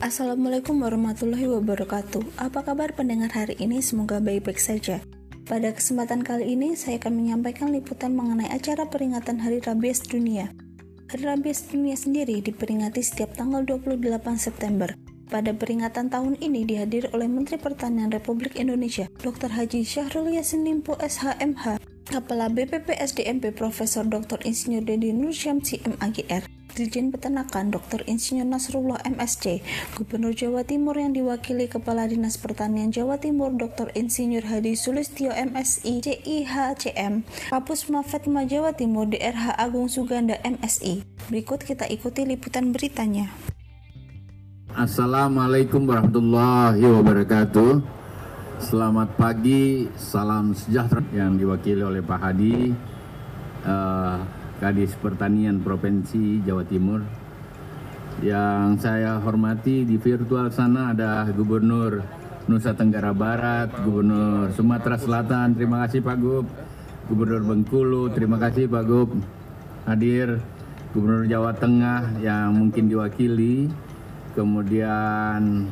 Assalamualaikum warahmatullahi wabarakatuh. Apa kabar pendengar hari ini? Semoga baik-baik saja. Pada kesempatan kali ini, saya akan menyampaikan liputan mengenai acara peringatan Hari Rabies Dunia. Hari Rabies Dunia sendiri diperingati setiap tanggal 28 September. Pada peringatan tahun ini dihadiri oleh Menteri Pertanian Republik Indonesia, Dr. Haji Syahrul Yassin Limpo SHMH, Kepala BPPS DMP Profesor Dr. Insinyur Dedi Nursyamsi MAGR, Dirjen Peternakan Dr. Insinyur Nasrullah MSc, Gubernur Jawa Timur yang diwakili Kepala Dinas Pertanian Jawa Timur Dr. Insinyur Hadi Sulistyo MSI CIHCM, Kapus Mafetma Jawa Timur DRH Agung Suganda MSI. Berikut kita ikuti liputan beritanya. Assalamualaikum warahmatullahi wabarakatuh. Selamat pagi, salam sejahtera yang diwakili oleh Pak Hadi, Kadis Pertanian Provinsi Jawa Timur. Yang saya hormati di virtual sana ada Gubernur Nusa Tenggara Barat, Gubernur Sumatera Selatan, terima kasih Pak Gub. Gubernur Bengkulu, terima kasih Pak Gub hadir. Gubernur Jawa Tengah yang mungkin diwakili. Kemudian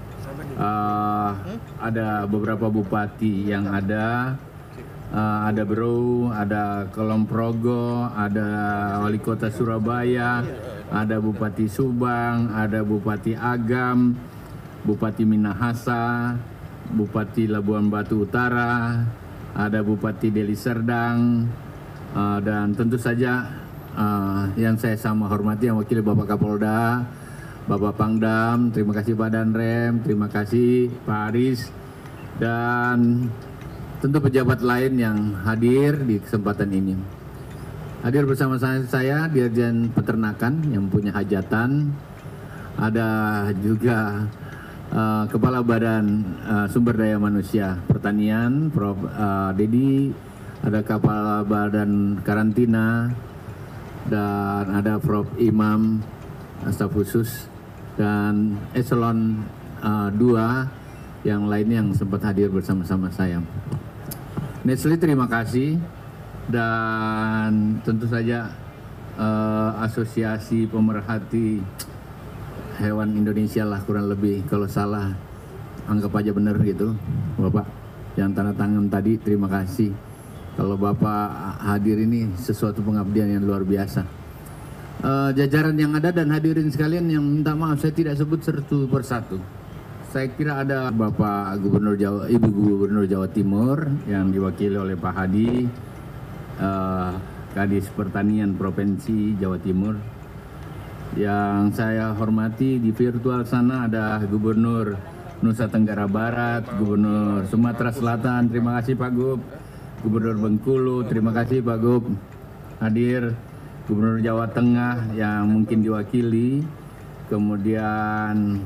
ada beberapa bupati yang ada Bro, ada Kulonprogo, ada Wali Kota Surabaya, ada Bupati Subang, ada Bupati Agam, Bupati Minahasa, Bupati Labuan Batu Utara, ada Bupati Deli Serdang, dan tentu saja yang saya sama hormati yang wakil Bapak Kapolda, Bapak Pangdam, terima kasih Pak Danrem, terima kasih Pak Aris, dan tentu pejabat lain yang hadir di kesempatan ini. Hadir bersama saya Dirjen Peternakan yang punya hajatan, ada juga Kepala Badan Sumber Daya Manusia Pertanian, Prof. Dedi, ada Kepala Badan Karantina, dan ada Prof. Imam, staf khusus, dan Eselon 2 yang lainnya yang sempat hadir bersama-sama saya. Nestle terima kasih, dan tentu saja Asosiasi Pemerhati Hewan Indonesia lah kurang lebih, kalau salah anggap aja benar gitu Bapak yang tanda tangan tadi, terima kasih. Kalau Bapak hadir ini sesuatu pengabdian yang luar biasa. Jajaran yang ada dan hadirin sekalian yang minta maaf saya tidak sebut satu persatu. Saya kira ada Bapak Gubernur Jawa, Ibu Gubernur Jawa Timur yang diwakili oleh Pak Hadi, Kadis Pertanian Provinsi Jawa Timur. Yang saya hormati di virtual sana ada Gubernur Nusa Tenggara Barat, Gubernur Sumatera Selatan, terima kasih Pak Gub. Gubernur Bengkulu, terima kasih Pak Gub hadir. Gubernur Jawa Tengah yang mungkin diwakili. Kemudian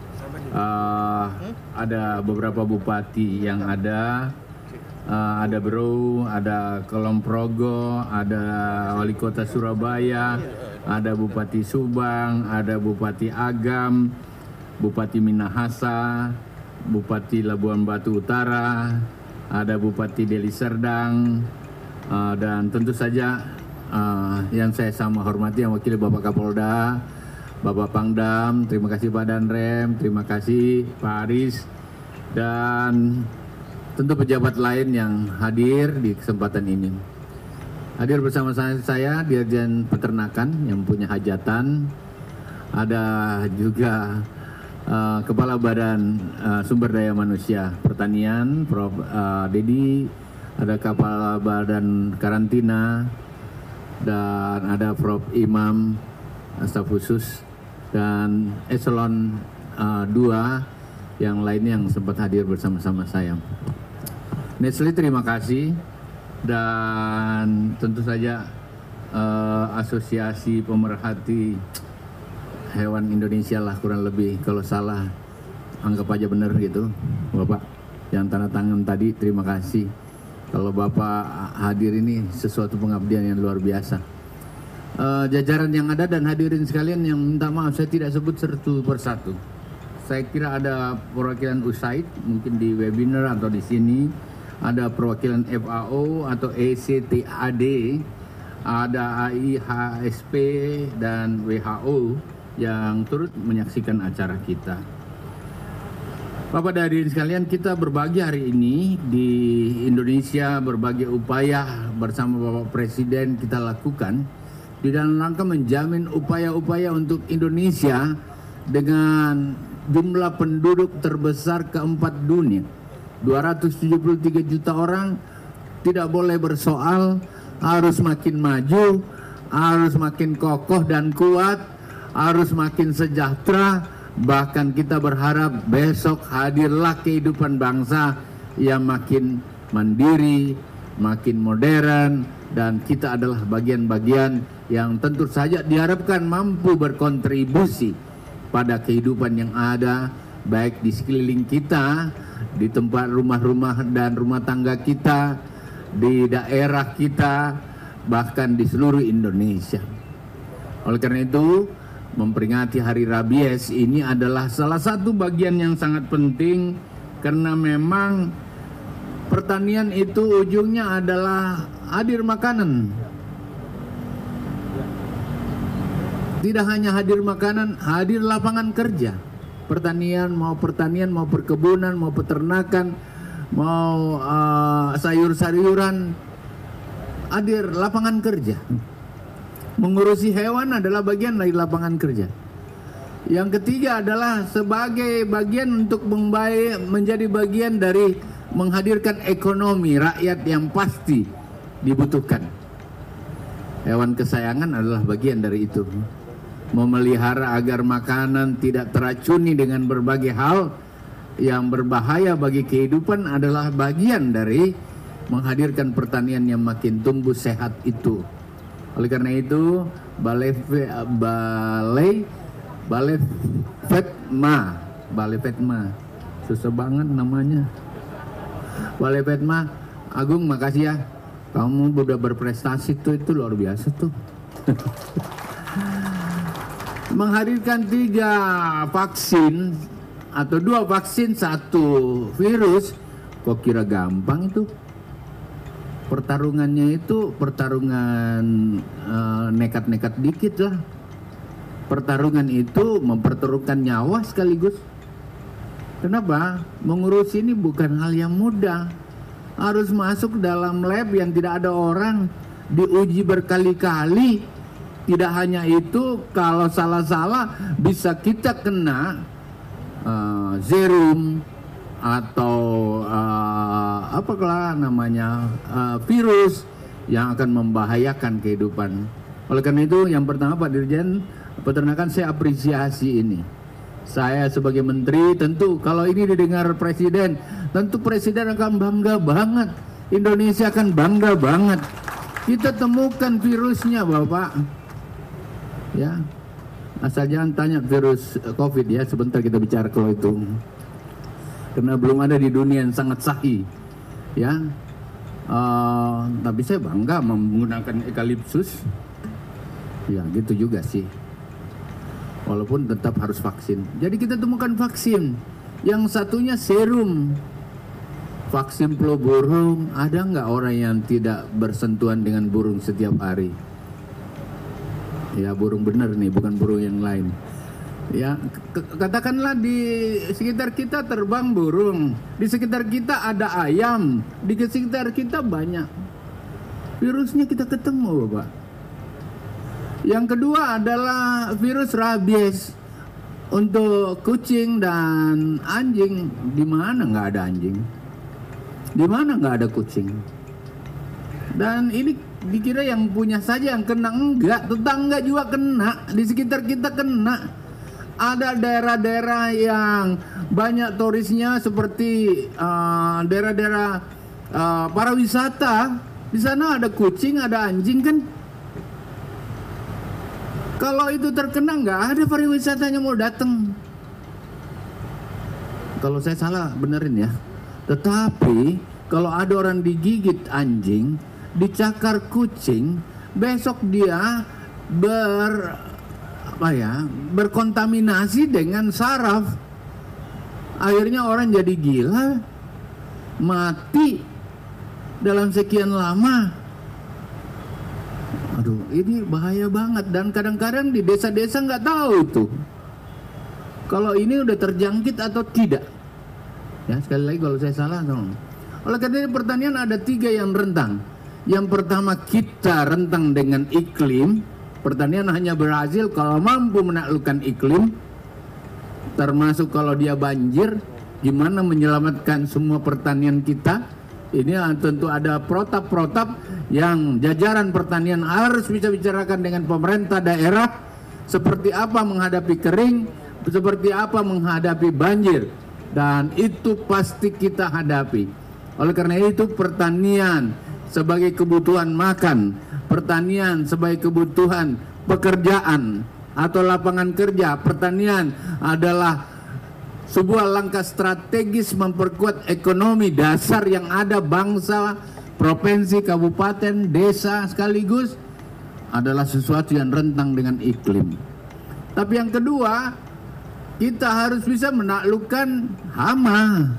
ada beberapa bupati yang ada Bro, ada Kulonprogo, ada Wali Kota Surabaya, ada Bupati Subang, ada Bupati Agam, Bupati Minahasa, Bupati Labuan Batu Utara, ada Bupati Deli Serdang, dan tentu saja yang saya sama hormati yang wakil Bapak Kapolda, Bapak Pangdam, terima kasih Pak Danrem, terima kasih Pak Aris, dan tentu pejabat lain yang hadir di kesempatan ini. Hadir bersama saya Dirjen Peternakan yang punya hajatan, ada juga Kepala Badan Sumber Daya Manusia Pertanian, Prof. Dedi, ada Kepala Badan Karantina, dan ada Prof. Imam, staf khusus, dan Eselon 2 yang lainnya yang sempat hadir bersama-sama saya. Nestle terima kasih, dan tentu saja Asosiasi Pemerhati Hewan Indonesia lah kurang lebih, kalau salah anggap aja benar gitu Bapak yang tanda tangan tadi, terima kasih. Kalau Bapak hadir ini sesuatu pengabdian yang luar biasa. Jajaran yang ada dan hadirin sekalian yang minta maaf saya tidak sebut satu persatu. Saya kira ada perwakilan USAID mungkin di webinar atau di sini, ada perwakilan FAO atau ECTAD, ada AIHSP dan WHO, yang turut menyaksikan acara kita. Bapak dan hadirin sekalian, kita berbagi hari ini di Indonesia, berbagai upaya bersama Bapak Presiden kita lakukan di dalam rangka menjamin upaya-upaya untuk Indonesia dengan jumlah penduduk terbesar keempat dunia, 273 juta orang, tidak boleh bersoal, harus makin maju, harus makin kokoh dan kuat, harus makin sejahtera. Bahkan kita berharap besok hadirlah kehidupan bangsa yang makin mandiri, makin modern, dan kita adalah bagian-bagian yang tentu saja diharapkan mampu berkontribusi pada kehidupan yang ada, baik di sekeliling kita, di tempat rumah-rumah dan rumah tangga kita, di daerah kita, bahkan di seluruh Indonesia. Oleh karena itu, memperingati Hari Rabies ini adalah salah satu bagian yang sangat penting, karena memang pertanian itu ujungnya adalah hadir makanan. Tidak hanya hadir makanan, hadir lapangan kerja. Pertanian, mau perkebunan, mau peternakan, mau sayur-sayuran, hadir lapangan kerja. Mengurusi hewan adalah bagian dari lapangan kerja. Yang ketiga adalah sebagai bagian untuk menjadi bagian dari menghadirkan ekonomi rakyat yang pasti dibutuhkan. Hewan kesayangan adalah bagian dari itu. Memelihara agar makanan tidak teracuni dengan berbagai hal yang berbahaya bagi kehidupan adalah bagian dari menghadirkan pertanian yang makin tumbuh sehat itu. Oleh karena itu, Balai Vetma, susah banget namanya. Balai Vetma, Agung makasih ya, kamu udah berprestasi tuh, itu luar biasa tuh. Menghadirkan 3 vaksin atau 2 vaksin 1 virus, kok kira gampang itu? Pertarungannya itu pertarungan nekat-nekat dikit lah. Pertarungan itu mempertaruhkan nyawa sekaligus. Kenapa? Mengurus ini bukan hal yang mudah. Harus masuk dalam lab yang tidak ada orang, diuji berkali-kali. Tidak hanya itu, kalau salah-salah bisa kita kena serum atau virus yang akan membahayakan kehidupan. Oleh karena itu, yang pertama Pak Dirjen Peternakan, saya apresiasi ini. Saya sebagai menteri, tentu kalau ini didengar Presiden, tentu Presiden akan bangga banget. Indonesia akan bangga banget. Kita temukan virusnya, Bapak. Ya, asal jangan tanya virus COVID ya, sebentar kita bicara kalau itu. Karena belum ada di dunia yang sangat sahih, ya. Tapi saya bangga menggunakan eukaliptus, ya gitu juga sih. Walaupun tetap harus vaksin. Jadi kita temukan vaksin. Yang satunya serum, vaksin flu burung. Ada nggak orang yang tidak bersentuhan dengan burung setiap hari? Ya burung bener nih, bukan burung yang lain. Ya, katakanlah di sekitar kita terbang burung, di sekitar kita ada ayam, di sekitar kita banyak virusnya, kita ketemu, Bapak. Yang kedua adalah virus rabies untuk kucing dan anjing. Di mana nggak ada anjing? Di mana nggak ada kucing? Dan ini dikira yang punya saja yang kena, enggak, tetangga juga kena, di sekitar kita kena. Ada daerah-daerah yang banyak turisnya seperti daerah-daerah para wisata. Di sana ada kucing, ada anjing kan. Kalau itu terkena, nggak ada pariwisatanya mau datang. Kalau saya salah benerin ya. Tetapi kalau ada orang digigit anjing, dicakar kucing, besok dia berkontaminasi dengan saraf. Akhirnya orang jadi gila, mati dalam sekian lama. Waduh, ini bahaya banget. Dan kadang-kadang di desa-desa nggak tahu itu kalau ini udah terjangkit atau tidak. Ya, sekali lagi kalau saya salah, tolong. Oleh karena itu pertanian ada 3 yang rentang. Yang pertama, kita rentang dengan iklim. Pertanian hanya berhasil kalau mampu menaklukkan iklim, termasuk kalau dia banjir. Gimana menyelamatkan semua pertanian kita? Ini tentu ada protap-protap yang jajaran pertanian harus bisa bicarakan dengan pemerintah daerah. Seperti apa menghadapi kering, seperti apa menghadapi banjir. Dan itu pasti kita hadapi. Oleh karena itu pertanian sebagai kebutuhan makan, pertanian sebagai kebutuhan pekerjaan atau lapangan kerja, pertanian adalah sebuah langkah strategis memperkuat ekonomi dasar yang ada bangsa, provinsi, kabupaten, desa sekaligus, adalah sesuatu yang rentang dengan iklim. Tapi yang kedua, kita harus bisa menaklukkan hama.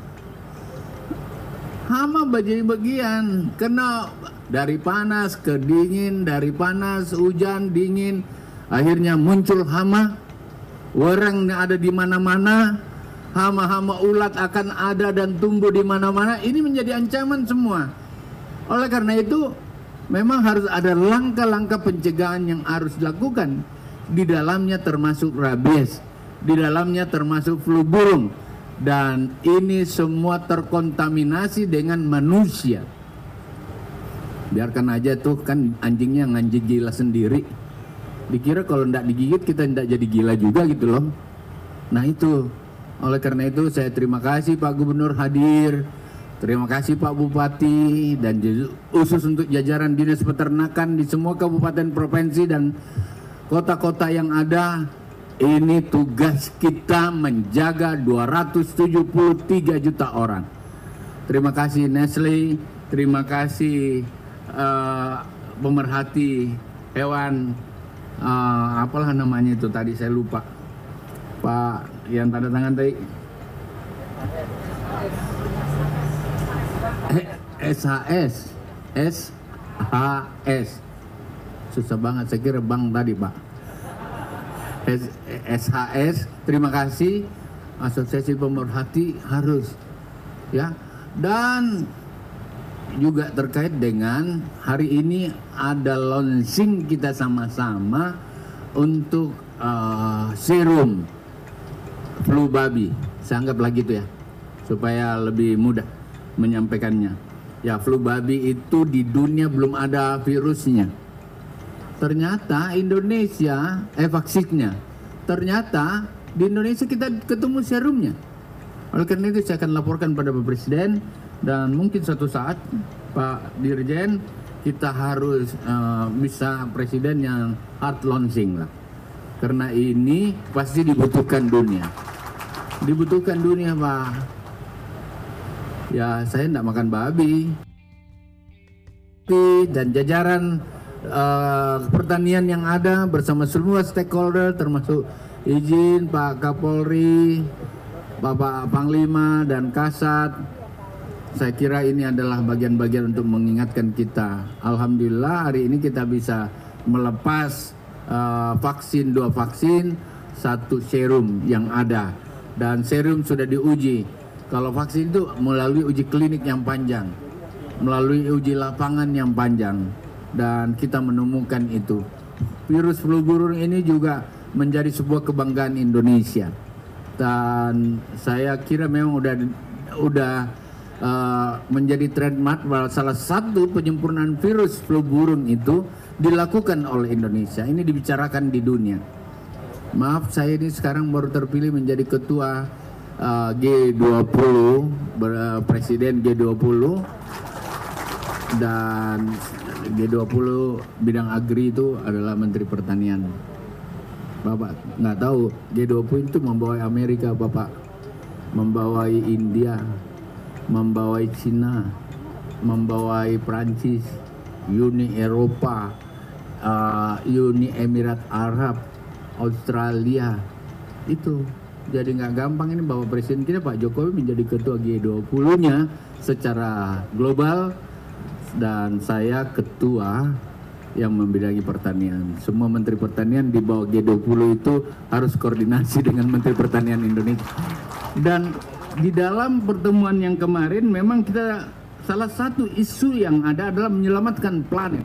Hama bagian karena dari panas ke dingin, dari panas, hujan, dingin, akhirnya muncul hama. Wereng ada di mana-mana. Hama-hama ulat akan ada dan tumbuh di mana-mana. Ini menjadi ancaman semua. Oleh karena itu, memang harus ada langkah-langkah pencegahan yang harus dilakukan. Di dalamnya termasuk rabies, di dalamnya termasuk flu burung, dan ini semua terkontaminasi dengan manusia. Biarkan aja tuh, kan anjingnya nganjing gila sendiri. Dikira kalau tidak digigit kita tidak jadi gila juga gitu loh. Nah itu. Oleh karena itu saya terima kasih Pak Gubernur hadir, terima kasih Pak Bupati, dan khusus untuk jajaran Dinas Peternakan di semua kabupaten, provinsi, dan kota-kota yang ada. Ini tugas kita menjaga 273 juta orang. Terima kasih Nestle, terima kasih pemerhati hewan, apalah namanya itu tadi saya lupa. Pak yang tanda tangan tadi, SHS, susah banget, saya kira bank tadi Pak. SHS, terima kasih. Asosiasi Pemerhati harus, ya. Dan juga terkait dengan hari ini ada launching kita sama-sama untuk serum flu babi. Saya anggaplah gitu ya, supaya lebih mudah menyampaikannya. Ya, flu babi itu di dunia belum ada virusnya. Ternyata Indonesia, vaksinnya. Ternyata di Indonesia kita ketemu serumnya. Oleh karena itu saya akan laporkan pada Pak Presiden, dan mungkin suatu saat Pak Dirjen kita harus bisa presiden yang hard launching lah. Karena ini pasti dibutuhkan dunia. Dibutuhkan dunia Pak. Ya saya tidak makan babi. Dan jajaran pertanian yang ada bersama semua stakeholder termasuk izin Pak Kapolri, Bapak Panglima dan Kasat. Saya kira ini adalah bagian-bagian untuk mengingatkan kita. Alhamdulillah hari ini kita bisa melepas vaksin, 2 vaksin, 1 serum yang ada. Dan serum sudah diuji. Kalau vaksin itu melalui uji klinik yang panjang, melalui uji lapangan yang panjang. Dan kita menemukan itu. Virus flu burung ini juga menjadi sebuah kebanggaan Indonesia. Dan saya kira memang udah menjadi trademark bahwa salah satu penyempurnaan virus flu burung itu dilakukan oleh Indonesia. Ini dibicarakan di dunia. Maaf, saya ini sekarang baru terpilih menjadi ketua G20, presiden G20, dan G20 bidang agri itu adalah Menteri Pertanian. Bapak nggak tahu G20 itu membawai Amerika, Bapak, membawai India, membawai Cina, membawai Prancis, Uni Eropa, Uni Emirat Arab, Australia. Itu jadi nggak gampang ini Bapak Presiden kita Pak Jokowi menjadi ketua G20-nya secara global, dan saya ketua yang membidangi pertanian. Semua Menteri Pertanian di bawah G20 itu harus koordinasi dengan Menteri Pertanian Indonesia. Dan di dalam pertemuan yang kemarin memang kita salah satu isu yang ada adalah menyelamatkan planet.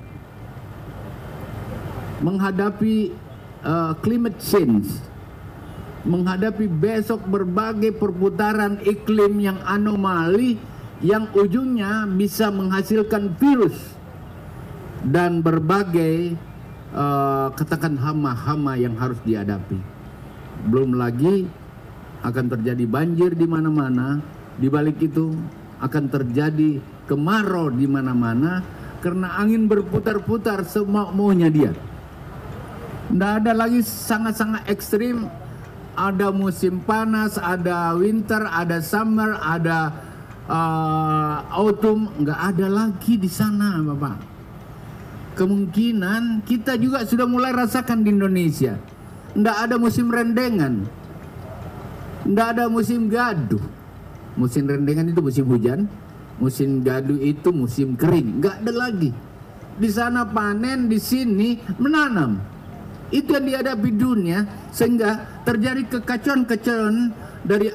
Menghadapi climate change, menghadapi besok berbagai perputaran iklim yang anomali yang ujungnya bisa menghasilkan virus dan berbagai katakan hama-hama yang harus dihadapi. Belum lagi akan terjadi banjir di mana-mana, di balik itu akan terjadi kemarau di mana-mana karena angin berputar-putar semau-maunya dia. Tidak ada lagi sangat-sangat ekstrim. Ada musim panas, ada winter, ada summer, ada autumn. Nggak ada lagi di sana, Bapak. Kemungkinan kita juga sudah mulai rasakan di Indonesia. Tidak ada musim rendengan, tidak ada musim gaduh. Musim rendengan itu musim hujan, musim gaduh itu musim kering. Nggak ada lagi. Di sana panen, di sini menanam. Itu yang dihadapi dunia, sehingga terjadi kekacauan-kekacauan dari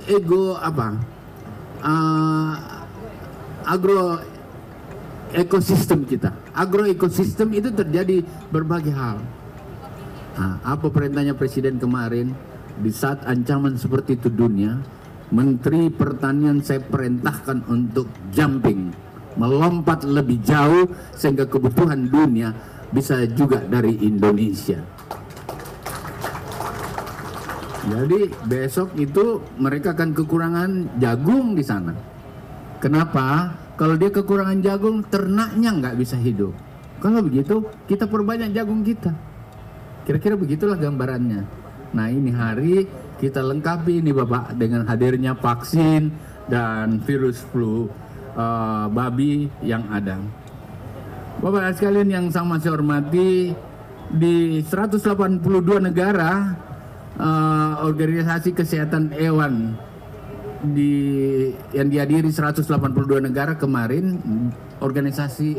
agro ekosistem kita. Agro ekosistem itu terjadi berbagai hal. Nah, apa perintahnya Presiden kemarin? Di saat ancaman seperti itu dunia, Menteri Pertanian saya perintahkan untuk jumping, melompat lebih jauh sehingga kebutuhan dunia bisa juga dari Indonesia. Jadi besok itu mereka akan kekurangan jagung di sana. Kenapa? Kalau dia kekurangan jagung, ternaknya nggak bisa hidup. Kalau begitu, kita perbanyak jagung kita. Kira-kira begitulah gambarannya. Nah, ini hari kita lengkapi ini Bapak dengan hadirnya vaksin dan virus flu babi yang ada. Bapak sekalian yang sama saya hormati, di 182 negara organisasi kesehatan hewan yang dihadiri 182 negara kemarin, organisasi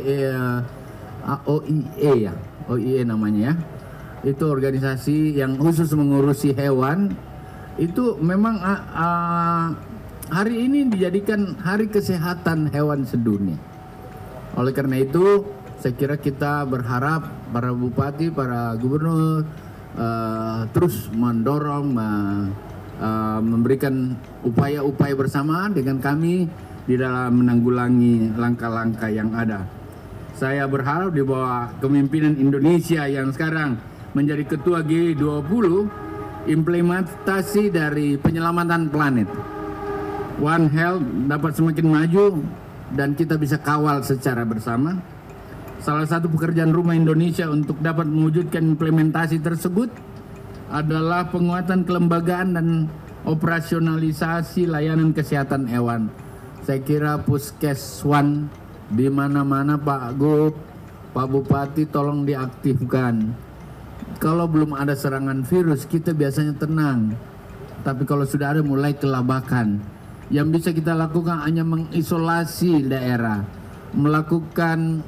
OIE ya, OIE namanya ya. Itu organisasi yang khusus mengurusi hewan. Itu memang hari ini dijadikan Hari Kesehatan Hewan Sedunia. Oleh karena itu, saya kira kita berharap para bupati, para gubernur terus mendorong, memberikan upaya-upaya bersama dengan kami di dalam menanggulangi langkah-langkah yang ada. Saya berharap di bawah kepemimpinan Indonesia yang sekarang menjadi ketua G20, implementasi dari penyelamatan planet One Health dapat semakin maju dan kita bisa kawal secara bersama. Salah satu pekerjaan rumah Indonesia untuk dapat mewujudkan implementasi tersebut adalah penguatan kelembagaan dan operasionalisasi layanan kesehatan hewan. Saya kira Puskeswan di mana-mana Pak Gub, Pak Bupati tolong diaktifkan. Kalau belum ada serangan virus kita biasanya tenang. Tapi kalau sudah ada mulai kelabakan. Yang bisa kita lakukan hanya mengisolasi daerah, melakukan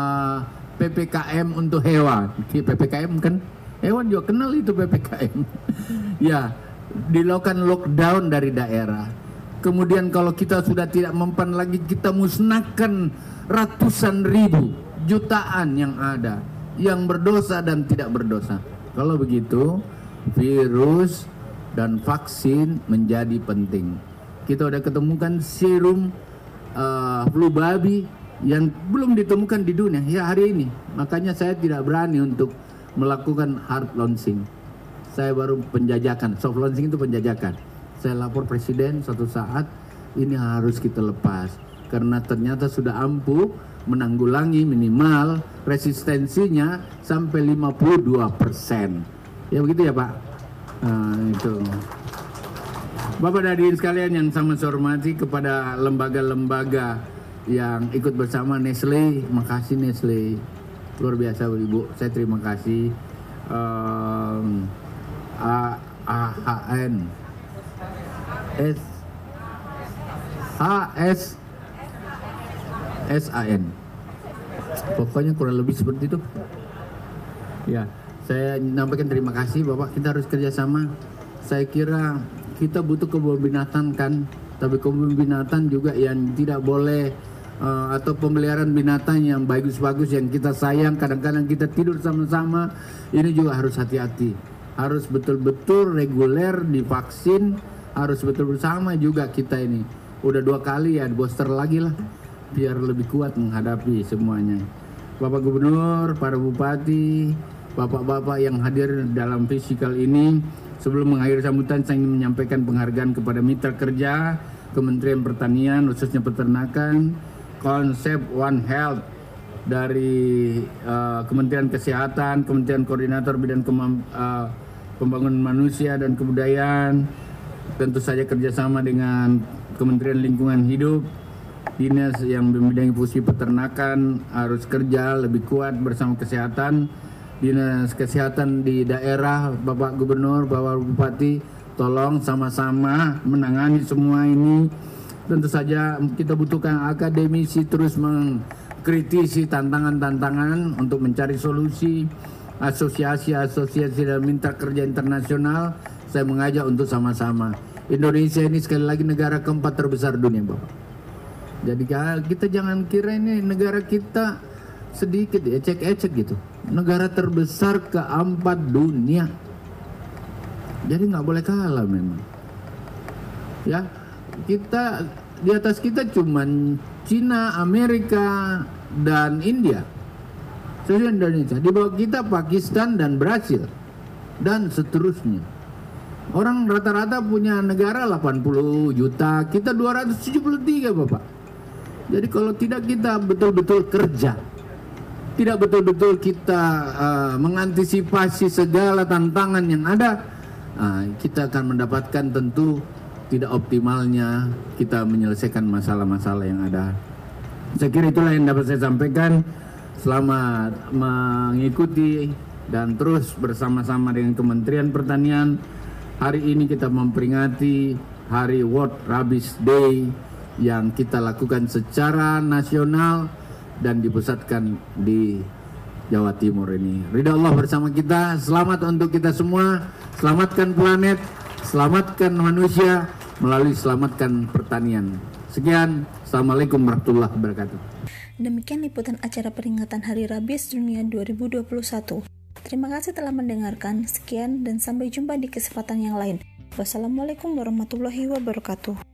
PPKM untuk hewan. PPKM kan hewan juga kenal itu PPKM. Ya, dilakukan lockdown dari daerah. Kemudian kalau kita sudah tidak mempan lagi, kita musnahkan ratusan ribu, jutaan yang ada, yang berdosa dan tidak berdosa. Kalau begitu, virus dan vaksin menjadi penting. Kita udah ketemukan serum flu babi yang belum ditemukan di dunia ya hari ini. Makanya saya tidak berani untuk melakukan hard launching. Saya baru penjajakan, soft launching itu penjajakan. Saya lapor Presiden suatu saat ini harus kita lepas karena ternyata sudah ampuh menanggulangi minimal resistensinya sampai 52%. Ya begitu ya Pak. Itu. Bapak dan hadirin sekalian yang sama saya hormati, kepada lembaga-lembaga yang ikut bersama Nestle, makasih Nestle, luar biasa Ibu, saya terima kasih. AHN, SAN, pokoknya kurang lebih seperti itu. Ya, saya menyampaikan terima kasih Bapak, kita harus kerjasama. Saya kira kita butuh kebun binatang kan, tapi kebun binatang juga yang tidak boleh atau pemeliharaan binatang yang bagus-bagus yang kita sayang, kadang-kadang kita tidur sama-sama, ini juga harus hati-hati. Harus betul-betul reguler divaksin, harus betul bersama juga kita ini. Udah 2 kali ya, booster lagi lah, biar lebih kuat menghadapi semuanya. Bapak Gubernur, para Bupati, Bapak-bapak yang hadir dalam fisikal ini, sebelum mengakhiri sambutan saya ingin menyampaikan penghargaan kepada mitra kerja Kementerian Pertanian, khususnya peternakan, konsep One Health dari Kementerian Kesehatan, Kementerian Koordinator Bidang Pembangunan Manusia dan Kebudayaan, tentu saja kerjasama dengan Kementerian Lingkungan Hidup, dinas yang membidangi fungsi peternakan harus kerja lebih kuat bersama kesehatan, dinas kesehatan di daerah, Bapak Gubernur, Bapak Bupati, tolong sama-sama menangani semua ini. Tentu saja kita butuhkan akademisi terus mengkritisi tantangan-tantangan untuk mencari solusi. Asosiasi-asosiasi dan mitra kerja internasional, saya mengajak untuk sama-sama. Indonesia ini sekali lagi negara keempat terbesar dunia, Bapak. Jadi kita jangan kira ini negara kita sedikit ecek-ecek gitu. Negara terbesar keempat dunia. Jadi nggak boleh kalah memang. Ya, kita di atas kita cuman Cina, Amerika, dan India. Sesuai Indonesia. Di bawah kita Pakistan dan Brasil dan seterusnya. Orang rata-rata punya negara 80 juta, kita 273, Bapak. Jadi kalau tidak kita betul-betul kerja, tidak betul-betul kita mengantisipasi segala tantangan yang ada, kita akan mendapatkan tentu tidak optimalnya kita menyelesaikan masalah-masalah yang ada. Saya kira itulah yang dapat saya sampaikan. Selamat mengikuti dan terus bersama-sama dengan Kementerian Pertanian. Hari ini kita memperingati Hari World Rabies Day yang kita lakukan secara nasional dan dipusatkan di Jawa Timur ini. Ridha Allah bersama kita. Selamat untuk kita semua. Selamatkan planet, selamatkan manusia melalui selamatkan pertanian. Sekian, Assalamualaikum warahmatullahi wabarakatuh. Demikian liputan acara peringatan Hari Rabies Dunia 2021. Terima kasih telah mendengarkan. Sekian dan sampai jumpa di kesempatan yang lain. Wassalamualaikum warahmatullahi wabarakatuh.